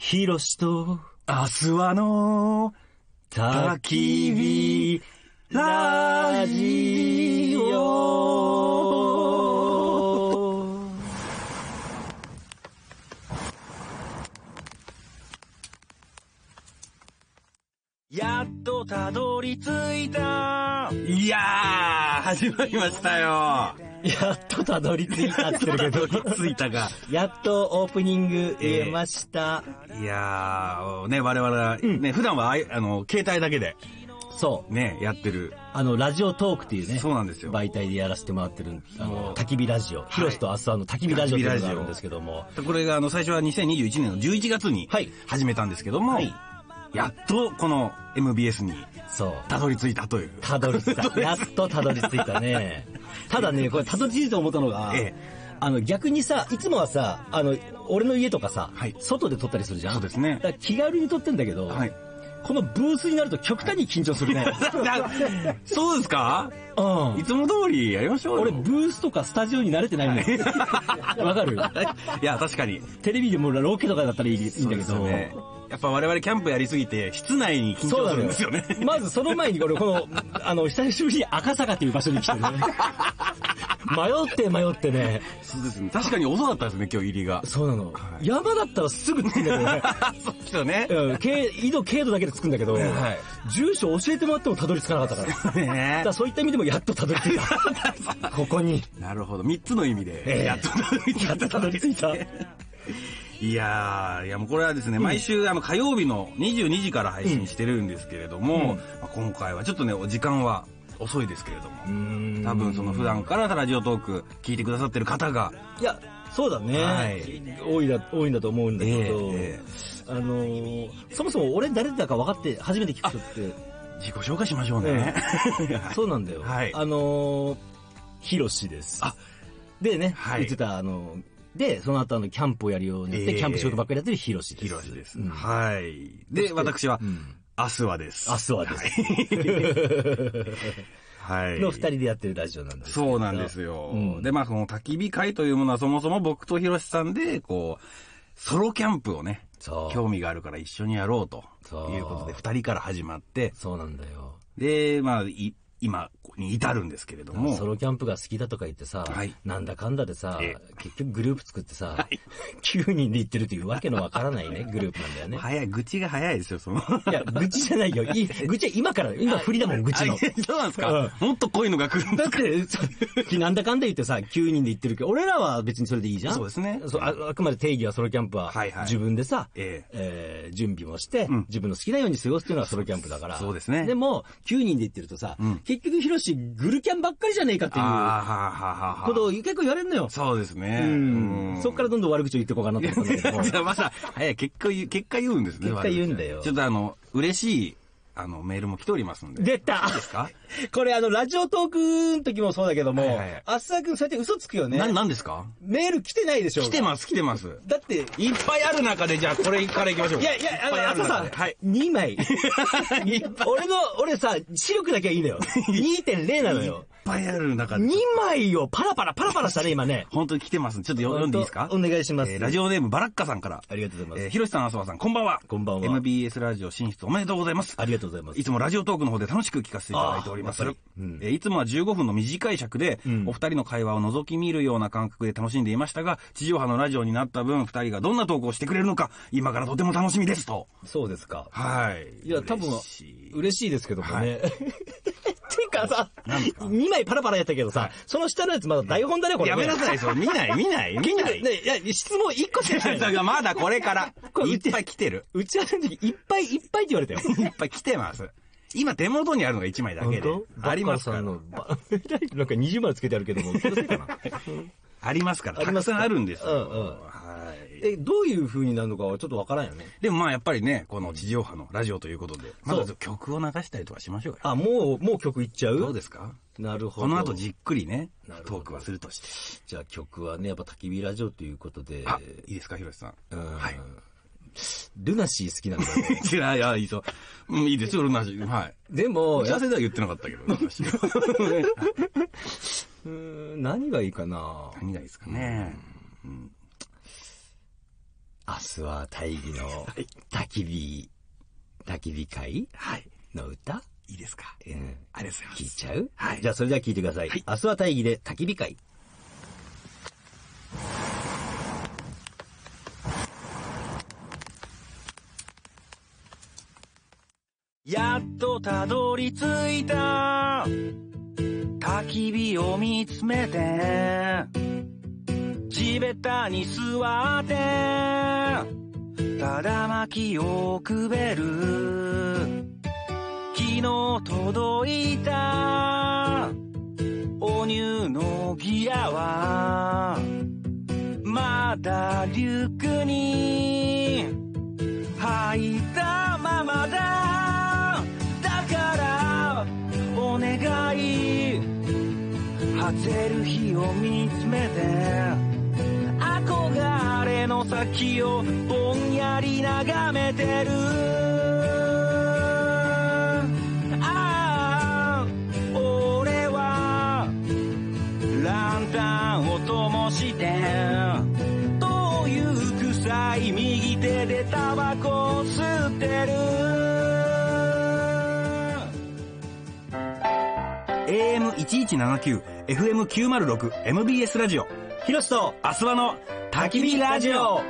ひろしとアスワの焚き火ラジオ。 やっとたどり着いた。いやー、始まりましたよ。 やっとたどり着いたって言ってるけど、 たどり着いたが。 やっとオープニング言えました。 いやー、ね、我々は、ね、普段は携帯だけで、 そう。 ね、やってる。 ラジオトークっていうね。 そうなんですよ。 媒体でやらせてもらってる、焚き火ラジオ。ひろしとアスワの焚き火ラジオっていうのがあるんですけども。 これが最初は2021年の11月に始めたんですけども、はい、やっとこの MBS にたどり着いたという。 たどり着いた。やっとたどり着いたね。ただね、これたどり着いたと思ったのが、逆にさ、いつもはさ、俺の家とかさ、はい、外で撮ったりするじゃん。 そうですね。 だから気軽に撮ってんだけど、はい、このブースになると極端に緊張するね。 そうですか？ うん。 いつも通りやりましょうよ。 俺ブースとかスタジオに慣れてないのよ。わかる？ いや、確かに。 テレビでもロケとかだったらいいんだけど。 ね、やっぱ我々キャンプやりすぎて、室内に緊張するんですよね。 まずその前に俺久しぶりに赤坂っていう場所に来てね。迷ってね。 そうですね。確かに遅かったですね、今日入りが。 そうなの。はい、山だったらすぐ着くんだけどね。 そうですよね。 経度だけで着くんだけど、はい、住所教えてもらってもたどり着かなかったから。だからそういった意味でもやっとたどり着いた。ここに。 なるほど。3つの意味で。やっとたどり着いた。いやもうこれはですね、毎週火曜日の22時から配信してるんですけれども、今回はちょっとね、お時間は遅いですけれども、多分その普段からラジオトーク聞いてくださってる方が、 いや、そうだね。はい、多いんだと思うんだけど、そもそも俺誰だか分かって初めて聞くって。 自己紹介しましょうね。 そうなんだよ。はい。ひろしです。でね、言ってたで、その後キャンプをやるようになって、キャンプ仕事ばっかりやってるひろしです。 ひろしです。はい。で、私は、アスワです。 アスワです。 はい。 の二人でやってるラジオなんです。 そうなんですよ。で、その焚き火会というものはそもそも僕とひろしさんで、ソロキャンプをね、興味があるから一緒にやろうということで、二人から始まって。 そうなんだよ。 で、今に至るんですけれども。 ソロキャンプが好きだとか言ってさ、なんだかんだでさ、結局グループ作ってさ、9人で行ってるというわけのわからないね、グループなんだよね。 愚痴が早いですよ、いや、愚痴じゃないよ。愚痴は今振りだもん、愚痴の。 そうなんですか？もっと濃いのが来るんだって、なんだかんだ言ってさ、9人で行ってるけど、俺らは別にそれでいいじゃん。 そうですね。 あくまで定義はソロキャンプは、自分でさ、準備もして、自分の好きなように過ごすっていうのがソロキャンプだから。 そうですね。 でも、9人で行ってるとさ、結局ヒロシグルキャンばっかりじゃねえかっていうことを結構言われるのよ。 そうですね。 そっからどんどん悪口を言っていこうかなと思ったんだけど。 まさ、結果言うんですね。 結果言うんだよ。 ちょっと嬉しい、メールも来ておりますんで。 出た！いいですか？これラジオトークの時もそうだけども、あっさくんそうやって嘘つくよね。 何ですか？ メール来てないでしょ？ 来てます。だって、いっぱいある中で、じゃあこれから行きましょう。 いや、あとさ、2枚。俺さ、視力だけはいいのよ。2.0 なのよ。 いっぱいある中で。 2枚をパラパラしたね、今ね。 本当に来てます。ちょっと読んでいいですか？ お願いします。 ラジオネームバラッカさんから。 ありがとうございます。 ひろしさん、あそばさん、こんばんは。 こんばんは。 MBS ラジオ進出おめでとうございます。 ありがとうございます。 いつもラジオトークの方で楽しく聞かせていただいております。いつもは15分の短い尺で、お二人の会話を覗き見るような感覚で楽しんでいましたが、地上波のラジオになった分、二人がどんな投稿をしてくれるのか、今からとても楽しみですと。 そうですか。 はい。 いや、多分、嬉しいですけどもね。てかさ、2枚パラパラやったけどさ、その下のやつまだ台本だね、これ。 やめなさい、それ。見ない。 いや、質問1個しかない。 まだこれから。いっぱい来てる。 打ち合わせの時、いっぱいって言われたよ。 いっぱい来てます。今手元にあるのが1枚だけで。ありますから。 なんか20枚つけてあるけども、気のせいかな。 ありますから。たくさんあるんですよ。 どういう風になるのかはちょっとわからんよね。 でもやっぱりね、この地上波のラジオということで、まず曲を流したりとかしましょうよ。 もう曲いっちゃう？ どうですか？ なるほど。 この後じっくりね、トークはするとして。 じゃあ曲はね、やっぱ焚き火ラジオということで。 いいですか、ひろしさん。 はい。ルナシー好きなんだね。 いや、いいそう。いいですよ、ルナシー。はい。 でも、 打ち合わせでは言ってなかったけど、ルナシー。 何がいいかな？ 何がいいですかね。 明日は大義の焚き火会の歌、 いいですか。 うん。 ありがとうございます。 聞いちゃう？ はい。 じゃあそれでは聞いてください。はい、明日は大義で焚き火会。 やっとたどり着いた焚き火を見つめて地べたに座ってただ薪をくべる昨日届いたお乳のギアはまだリュックに入ったままだからお願い外れる日を見つめて憧れの先をぼんやり眺めてるああ俺はランタンを灯してどういう臭い右手でタバコを吸ってるAM1179 FM906 MBS ラジオひろしとあすわの焚き火ラジオ。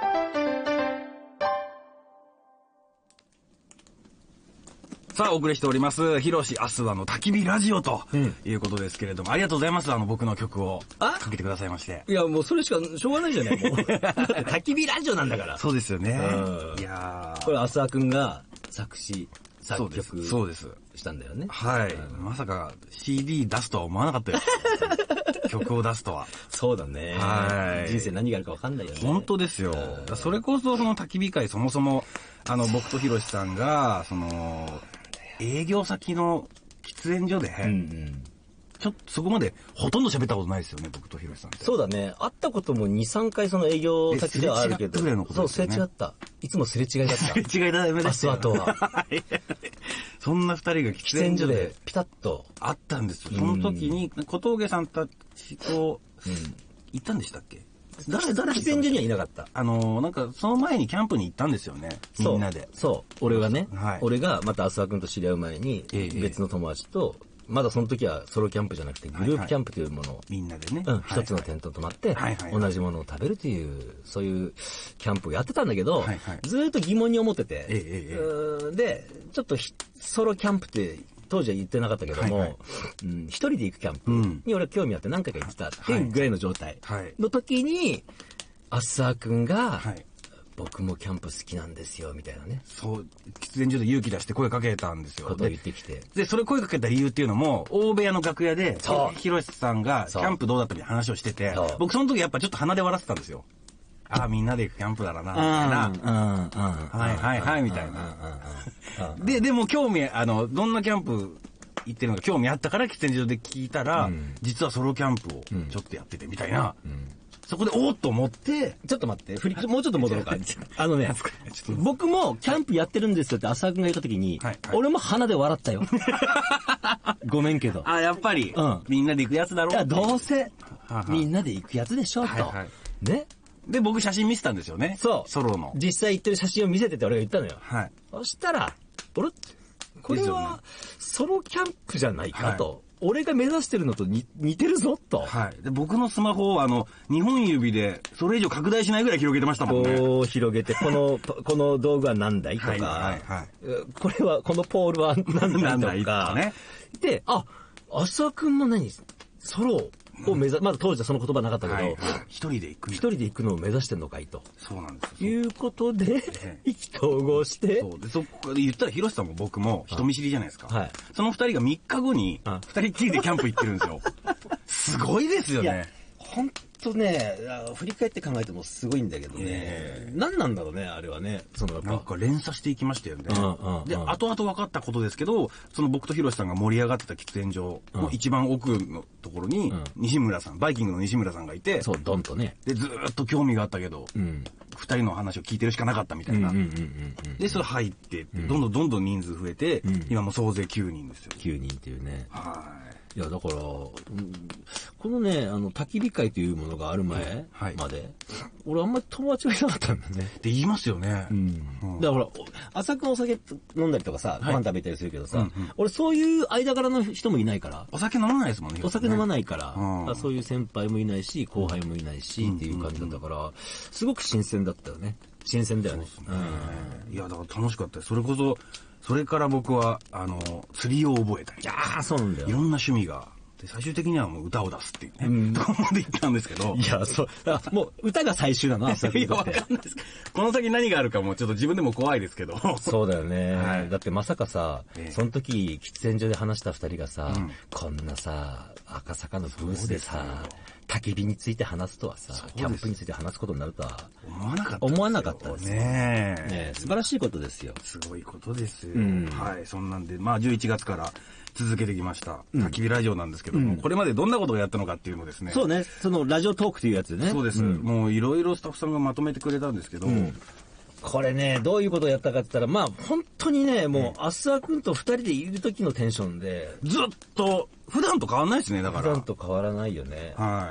さあお送りしておりますひろしあすわの焚き火ラジオということですけれども、ありがとうございます。僕の曲をかけてくださいまして。 いやもうそれしかしょうがないじゃないもう焚き火ラジオなんだから。 そうですよね。いやこれあすわくんが作詞作曲そうですしたんだよね。 はい。まさか CD 出すとは思わなかったよ。曲を出すとは。 そうだね。 はい。 人生何があるか分かんないよね。 本当ですよ。それこそその焚き火会そもそも僕とひろしさんが営業先の喫煙所で、ちょっとそこまでほとんど喋ったことないですよね、僕とひろしさんって。 そうだね。会ったことも2、3回その営業先ではあるけど。そう、すれ違った。いつもすれ違いだった。 すれ違いだよね。 アスワとは。 そんな二人が喫煙所でピタッと。 あったんですよ。その時に小峠さんたちと行ったんでしたっけ？ 誰喫煙所にはいなかった。 なんかその前にキャンプに行ったんですよね。みんなで。 そう。俺がね、俺がまたアスワ君と知り合う前に別の友達と、まだその時はソロキャンプじゃなくてグループキャンプというものをみんなでね、 一つのテントに泊まって同じものを食べるというそういうキャンプをやってたんだけど、ずーっと疑問に思ってて、でちょっとソロキャンプって当時は言ってなかったけども、一人で行くキャンプに俺は興味あって何回か行ってたっていうぐらいの状態の時にアッサー君が僕もキャンプ好きなんですよみたいなね。 そう、喫煙所で勇気出して声かけたんですよ。 ことを言ってきて。 で、それ声かけた理由っていうのも、大部屋の楽屋で、ひろしさんがキャンプどうだったみたいな話をしてて、僕その時やっぱちょっと鼻で笑ってたんですよ。ああ、みんなで行くキャンプだろな、みたいな。はいはいはい、みたいな。でも興味、どんなキャンプ行ってるのか興味あったから喫煙所で聞いたら、実はソロキャンプをちょっとやっててみたいな。そこでおーっと思って、 ちょっと待って、もうちょっと戻ろうか。僕もキャンプやってるんですよって浅くんが言った時に、俺も鼻で笑ったよ。ごめんけど。 あ、やっぱり、みんなで行くやつだろう。 いや、どうせ、みんなで行くやつでしょ、と。ね。 で、僕写真見せたんですよね。 そう。 ソロの。 実際行ってる写真を見せてって俺が言ったのよ。 はい。 そしたら、これは、ソロキャンプじゃないかと。俺が目指してるのと似てるぞと。 はい。で、僕のスマホを2本指でそれ以上拡大しないぐらい広げてましたもんね。 こう広げて、この道具は何だいとか、これは、このポールは何だいとか。で、浅くんもソロを目指、まだ当時はその言葉なかったけど、 一人で行くのを目指してんのかいと。 そうなんですよ。いうことで、意気投合して。 そう。で、そこで言ったら、ひろしさんも僕も人見知りじゃないですか。はい。その二人が3日後に、二人っきりでキャンプ行ってるんですよ。すごいですよね。 ほんとね、振り返って考えてもすごいんだけどね。何なんだろうね、あれはね。 なんか連鎖していきましたよね。で、後々分かったことですけど、僕とひろしさんが盛り上がってた喫煙所の一番奥のところに、西村さん、バイキングの西村さんがいて、 そう、ドンとね。 で、ずーっと興味があったけど、二人の話を聞いてるしかなかったみたいな。で、それ入って、どんどん人数増えて、今も総勢9人ですよ。 9人っていうね。 いや、だから、このね、焚き火会というものがある前まで、俺あんまり友達がいなかったんだよね。 って言いますよね。 だからほら、浅くお酒飲んだりとかさ、ご飯食べたりするけどさ、俺そういう間柄の人もいないから。 お酒飲まないですもんね。 お酒飲まないから、そういう先輩もいないし、後輩もいないし、っていう感じだったから、すごく新鮮だったよね。新鮮だよね。 いや、だから楽しかったです。それこそ、それから僕は、釣りを覚えたり。 いやー、そうなんだよ。 いろんな趣味が。で、最終的にはもう歌を出すっていうね。とこまで行ったんですけど。 いや、そう。もう歌が最終なの？ いや、わかんないです。この先何があるかもちょっと自分でも怖いですけど。 そうだよね。だってまさかさ、その時、喫煙所で話した二人がさ、こんなさ、赤坂のブースでさ、焚き火について話すとはさ、キャンプについて話すことになるとは思わなかったですね。素晴らしいことですよ。 すごいことですよ。はい、そんなんで、まあ11月から続けてきました。焚き火ラジオなんですけども、これまでどんなことをやったのかっていうのですね。 そうね、そのラジオトークというやつね。 そうです。もういろいろスタッフさんがまとめてくれたんですけど、 これね、どういうことをやったかって言ったら、まあ本当にね、もう、アスワ君と二人でいる時のテンションで、 ずっと、普段と変わんないですね、だから。 普段と変わらないよね。 はい。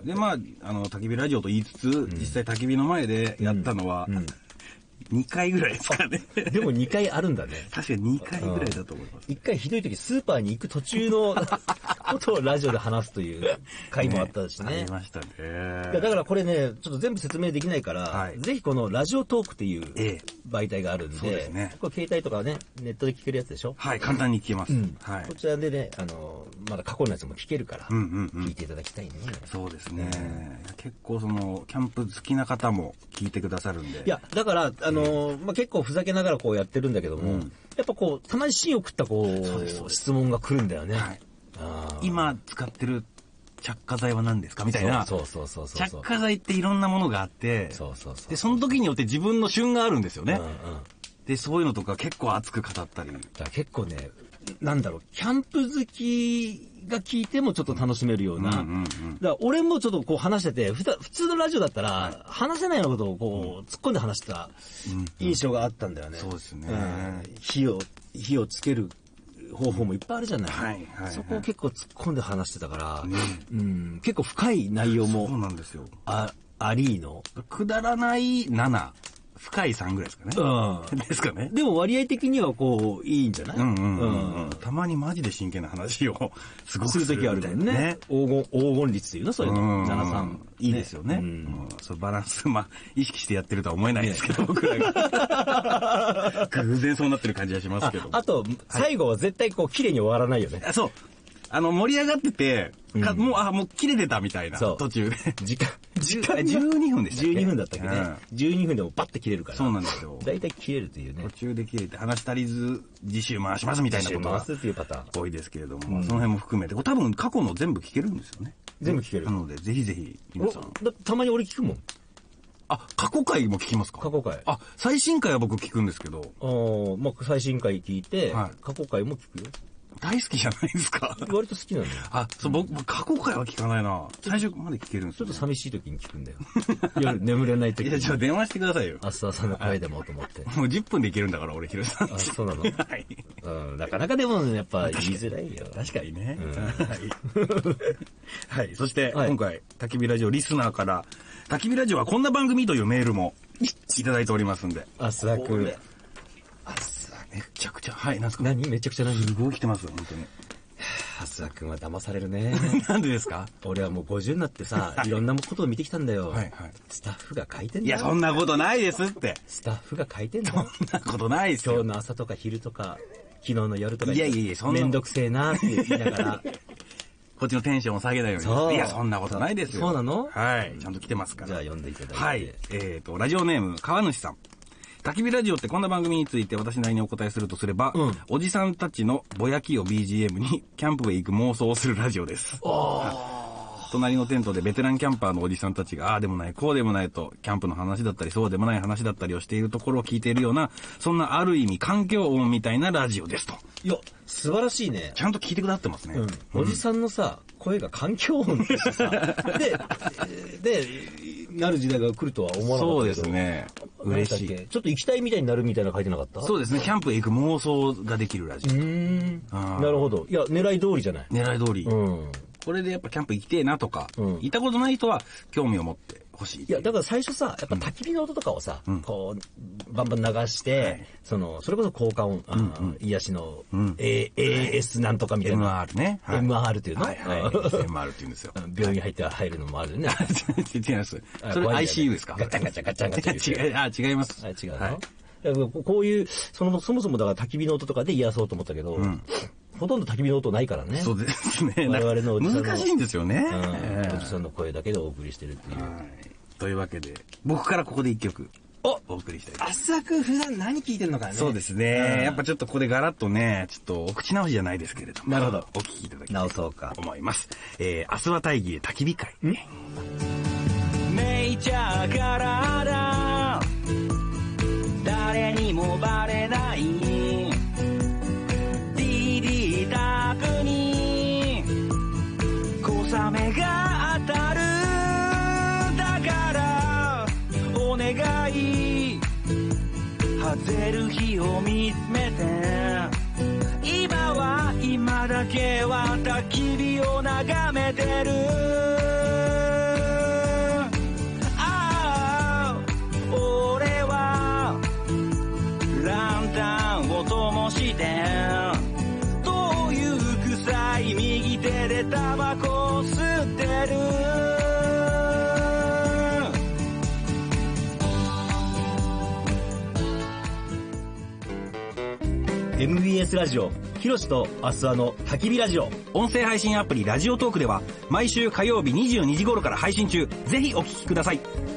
で、まあ、焚き火ラジオと言いつつ、実際焚き火の前でやったのは、2回ぐらいですかね。 でも2回あるんだね。 確かに2回ぐらいだと思います。 1回ひどい時スーパーに行く途中のことをラジオで話すという回もあったしね。 ありましたね。 だからこれね、ちょっと全部説明できないから、ぜひこのラジオトークっていう媒体があるんで、これ携帯とかね、ネットで聞けるやつでしょ？はい、 簡単に聞けます。 はい。こちらでね、まだ過去のやつも聞けるから、聞いていただきたいね。 そうですね。結構その、キャンプ好きな方も聞いてくださるんで。 いや、だから、まあ、結構ふざけながらこうやってるんだけども、やっぱこう、たまに芯を食ったこう、質問が来るんだよね。 今使ってる着火剤は何ですかみたいな。着火剤っていろんなものがあって、で、その時によって自分の旬があるんですよね。で、そういうのとか結構熱く語ったり。 結構ね、なんだろう、キャンプ好きが聞いてもちょっと楽しめるような。だから俺もちょっとこう話してて、普通のラジオだったら、話せないようなことをこう、突っ込んで話してた印象があったんだよね。 そうですね。 火をつける方法もいっぱいあるじゃない。そこを結構突っ込んで話してたから、結構深い内容も。 そうなんですよ。 ありの。 くだらない7。深い3ぐらいですかね。ですかね。 でも割合的にはこう、いいんじゃない？ たまにマジで真剣な話をすごくする時あるもんね。黄金率っていうのそういうの。7、3。 いいですよね。そうバランス、まあ、意識してやってるとは思えないですけど、僕らが。偶然そうなってる感じがしますけど。 あと、最後は絶対こう、綺麗に終わらないよね。 そう。盛り上がってて、もう切れてたみたいな、途中で。 時間 12分でしたっけ？ 12分だったっけね。12分でもバッて切れるから。 そうなんですよ。 大体切れるというね。 途中で切れて話足りず、次週回しますみたいなことが多いですけれども、その辺も含めて、多分過去の全部聞けるんですよね。 全部聞ける。 なので、ぜひぜひ、皆さん。 たまに俺聞くもん。 過去回も聞きますか？ 過去回。 最新回は僕聞くんですけど。 まあ、最新回聞いて、過去回も聞くよ。 大好きじゃないですか？ 割と好きなのよ。 僕、過去回は聞かないな。最初まで聞けるんですよ。ちょっと寂しい時に聞くんだよ。夜眠れない時に。 いや、ちょっと電話してくださいよ。 明日朝の声でもと思って。 もう10分でいけるんだから、俺、広瀬さん。 そうなの？ はい。 なかなかでもやっぱ言いづらいよ。 確かにね。はい。そして、今回、焚き火ラジオリスナーから、焚き火ラジオはこんな番組というメールもいただいておりますんで。 あすわくん。 めちゃくちゃ、はい、なんですか？ めちゃくちゃ何？ すごい来てます、本当に。 はすわくんは騙されるね。 なんでですか？ 俺はもう50になってさ、いろんなことを見てきたんだよ。スタッフが書いてんだよ。 いや、そんなことないですって。 スタッフが書いてんだよ。 そんなことないですよ。 今日の朝とか昼とか、昨日の夜とか。 いや、そんな。 めんどくせえなって言いながら。 こっちのテンションを下げないように。いや、そんなことないですよ。 そうなの？ はい。ちゃんと来てますから。 じゃあ読んでいただいて。 はい。ラジオネーム、川主さん。焚き火ラジオってこんな番組について私なりにお答えするとすれば、おじさんたちのぼやきを BGM にキャンプへ行く妄想をするラジオです。隣のテントでベテランキャンパーのおじさんたちがああでもないこうでもないとキャンプの話だったりそうでもない話だったりをしているところを聞いているような、そんなある意味環境音みたいなラジオですと。 いや、素晴らしいね。 ちゃんと聞いてくださってますね。 おじさんのさ、声が環境音ってさ、で、なる時代が来るとは思わなかったけど。 そうですね。 嬉しい。 ちょっと行きたいみたいになるみたいな書いてなかった？ そうですね、キャンプへ行く妄想ができるラジオ。 なるほど。いや、狙い通りじゃない。 狙い通り。これでやっぱキャンプ行きてえなとか、行ったことない人は興味を持ってほしい。 いや、だから最初さ、やっぱ焚き火の音とかをさ、こう、バンバン流して、それこそ効果音、癒しの、AS なんとかみたいな。 MR ね。 MR っていうの？ はいはい。MR って言うんですよ。 病院入るのもあるよね。 違います。それ ICU ですか？ ガチャンガチャンガチャンガチャン。 違います。 違うの？こういう、そもそもだから焚き火の音とかで癒そうと思ったけど、ほとんど焚き火の音ないからね。 そうですね。 我々の難しいんですよね。 おじさんの声だけでお送りしてるっていう。 というわけで、僕からここで一曲お送りしたいと思います。 浅く普段何聞いてんのかね。 そうですね。やっぱちょっとここでガラッとね、ちょっとお口直しじゃないですけれども。 なるほど。 お聞きいただきたいと思います。 明日は大義で焚き火会。 ネイチャーからだ、誰にもバレないDD タープに小雨が当たる、だからお願い、外れる日を見つめて、今は今だけは焚き火を眺めてる。俺はランタンを灯して、灯油臭い右手でタバコを吸ってる。 MBS ラジオひろしとあすあの焚き火ラジオ、 音声配信アプリラジオトークでは毎週火曜日22時頃から配信中。ぜひお聞きください。